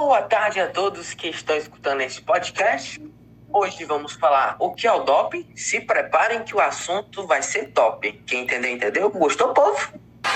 Boa tarde a todos que estão escutando esse podcast. Hoje vamos falar o que é o doping. Se preparem que o assunto vai ser top. Quem entendeu, entendeu? Gostou, povo?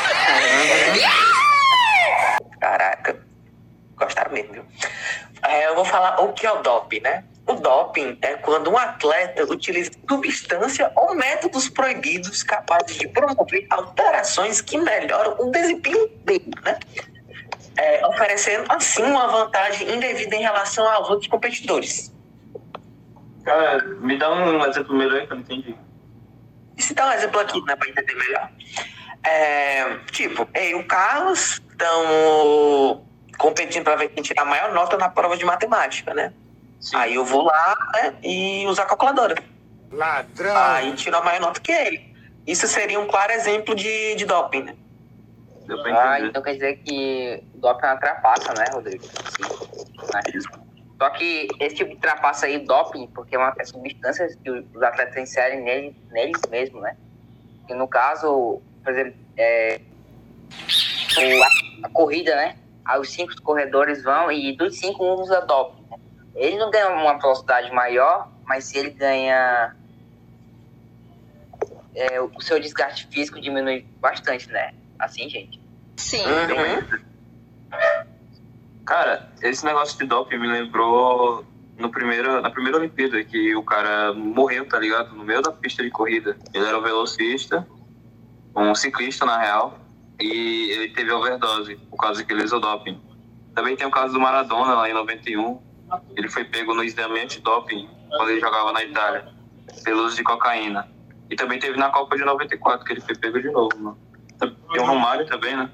Caraca, gostaram mesmo, viu? Eu vou falar o que é o doping, né? O doping é quando um atleta utiliza substância ou métodos proibidos capazes de promover alterações que melhoram o desempenho dele, né? Oferecendo assim uma vantagem indevida em relação aos outros competidores. Cara, me dá um exemplo melhor que eu não entendi. E se dá um exemplo aqui, né, para entender melhor. Eu e o Carlos estão competindo para ver quem tirar a maior nota na prova de matemática, né? Sim. Aí eu vou lá, né, e usar a calculadora. Ladrão! Aí tiro a maior nota que ele. Isso seria um claro exemplo de doping, né? Então quer dizer que o doping é uma trapaça, né, Rodrigo? Sim. Só que esse tipo de trapaça aí, doping, porque é uma substância que os atletas inserem neles mesmos, né? E no caso, por exemplo, a corrida, né? Aí os 5 corredores vão e dos 5 um usa doping, né? Ele não ganha uma velocidade maior, mas se ele ganha... o seu desgaste físico diminui bastante, né? Assim, gente. Sim. Uhum. Cara, esse negócio de doping me lembrou na primeira Olimpíada, que o cara morreu, tá ligado? No meio da pista de corrida. Ele era um velocista, um ciclista, na real, e ele teve overdose, por causa que ele usou doping. Também tem o caso do Maradona, lá em 91. Ele foi pego no exame antidoping, quando ele jogava na Itália, pelo uso de cocaína. E também teve na Copa de 94, que ele foi pego de novo, mano. Tem o Romário também, né?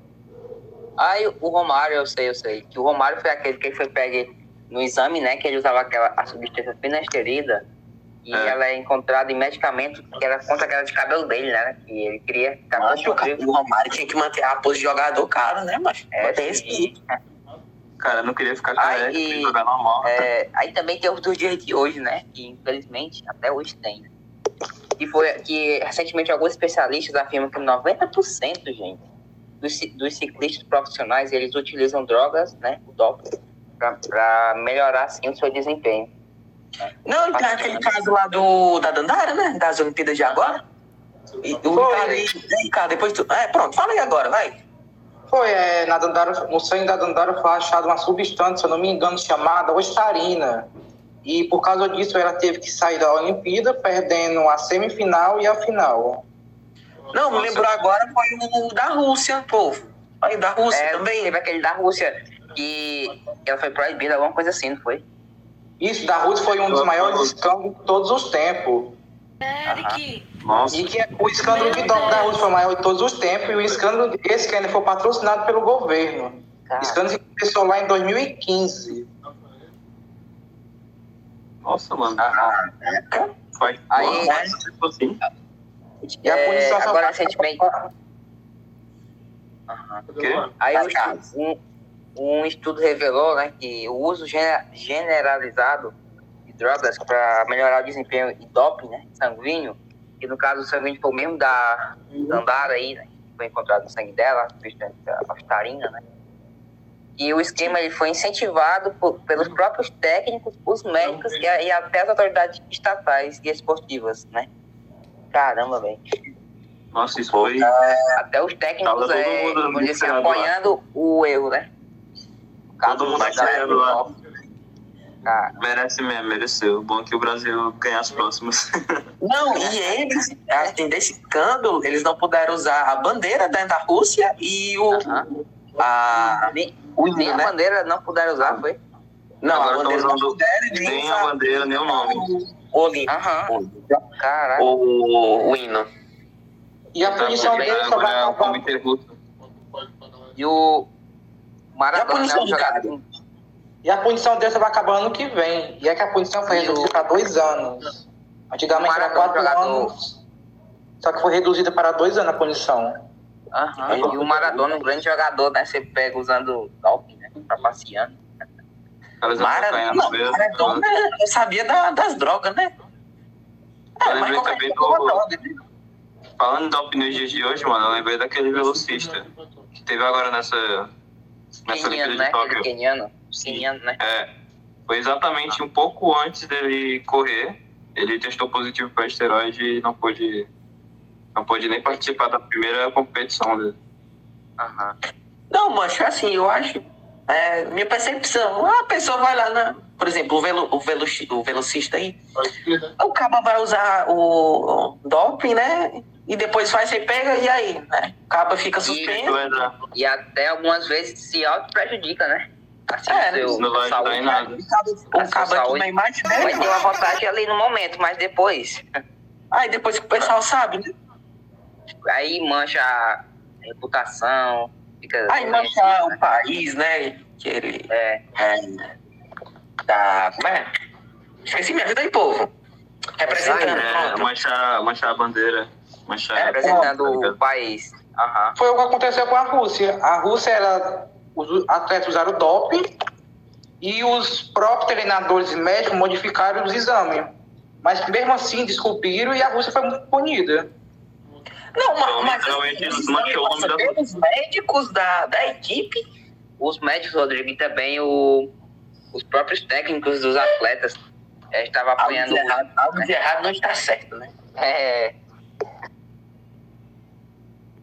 O Romário, eu sei. Que o Romário foi aquele que foi pego no exame, né? Que ele usava a substância finasterida. E ela é encontrada em medicamento que era contra a queda de cabelo dele, né? Que ele queria ficar o Romário tinha que manter a pose de jogador caro, né? Mas tem esse. Cara, não queria ficar careca, queria jogar normal. Aí também tem os dos dias de hoje, né? Que infelizmente até hoje tem. Que recentemente alguns especialistas afirmam que 90%, gente, dos ciclistas profissionais, eles utilizam drogas, né, o doping, para melhorar, assim, o seu desempenho. Não, tem aquele caso lá da Dandara, né, das Olimpíadas de agora. E o cara, depois tu... pronto, fala aí agora, vai. Foi, na Dandara, no sangue da Dandara foi achada uma substância, se eu não me engano, chamada ostarina. E por causa disso ela teve que sair da Olimpíada, perdendo a semifinal e a final. Não, me lembrou agora, foi o da Rússia, povo. Aí da Rússia também. Teve aquele da Rússia que ela foi proibida, alguma coisa assim, não foi? Isso, da Rússia foi um dos maiores escândalos de todos os tempos. Nossa. E que o escândalo de doping da Rússia foi o maior de todos os tempos, e o escândalo esse que ainda foi patrocinado pelo governo. Escândalo que começou lá em 2015. Nossa, mano. Foi. Aí, Assim. E a punição agora recentemente. O quê? Aí um estudo revelou, né, que o uso generalizado de drogas para melhorar o desempenho e doping, né, sanguíneo, que no caso o sanguíneo foi o mesmo da Dandara aí, né, que foi encontrado no sangue dela, a ostarina, né. E o esquema ele foi incentivado pelos próprios técnicos, os médicos e até as autoridades estatais e esportivas, né? Caramba, velho. Nossa, isso foi... Até os técnicos apoiando o erro, né? Todo mundo apoiando lá. Merece mesmo, mereceu. Bom que o Brasil ganhe as próximas. Não, e eles, assim, desse escândalo, eles não puderam usar a bandeira da Rússia e nem a bandeira não puderam usar, foi? Não, agora a bandeira não puderam, nem a bandeira, nem o nome. Caraca. O hino. E a punição dele só vai acabar. E o Maradona é um jogador. E a punição dele só vai acabar ano que vem. E é que a punição foi reduzida para 2 anos. Antigamente era 4 anos. Só que foi reduzida para 2 anos a punição. E o Maradona, um grande jogador, né? Você pega usando doping, né? Pra passeando. Maradona, eu sabia das drogas, né? Eu lembrei também do... Falando da opinião dos dias de hoje, mano, eu lembrei daquele velocista que teve agora nessa Olimpíada de Tóquio. Keniano. Siniano, né? Foi exatamente um pouco antes dele correr. Ele testou positivo para esteroide e não pôde nem participar da primeira competição dele. Aham. Não, mancho, assim, eu acho. Minha percepção, a pessoa vai lá, por exemplo, o velocista aí, o cara vai usar o doping, né? E depois faz, você pega e aí, né? O cara fica suspenso. E até algumas vezes se auto-prejudica, né? Assim, isso não vai ajudar em nada. O cara aqui na imagem dele. Vai ter uma vantagem ali no momento, mas depois. Aí depois que o pessoal sabe, né? Aí mancha a reputação. Fica aí mancha o país, né? Que ele. Como é? Esqueci, me ajuda aí, povo. Representando. Manchar a bandeira. Representando o país. Aham. Foi o que aconteceu com a Rússia. A Rússia, os atletas usaram doping e os próprios treinadores e médicos modificaram os exames. Mas mesmo assim descobriram e a Rússia foi punida. Não, mas literalmente manchou o nome da os médicos da equipe. Os médicos, Rodrigo, e também os próprios técnicos dos atletas estavam apoiando. Algo de errado não está certo, né?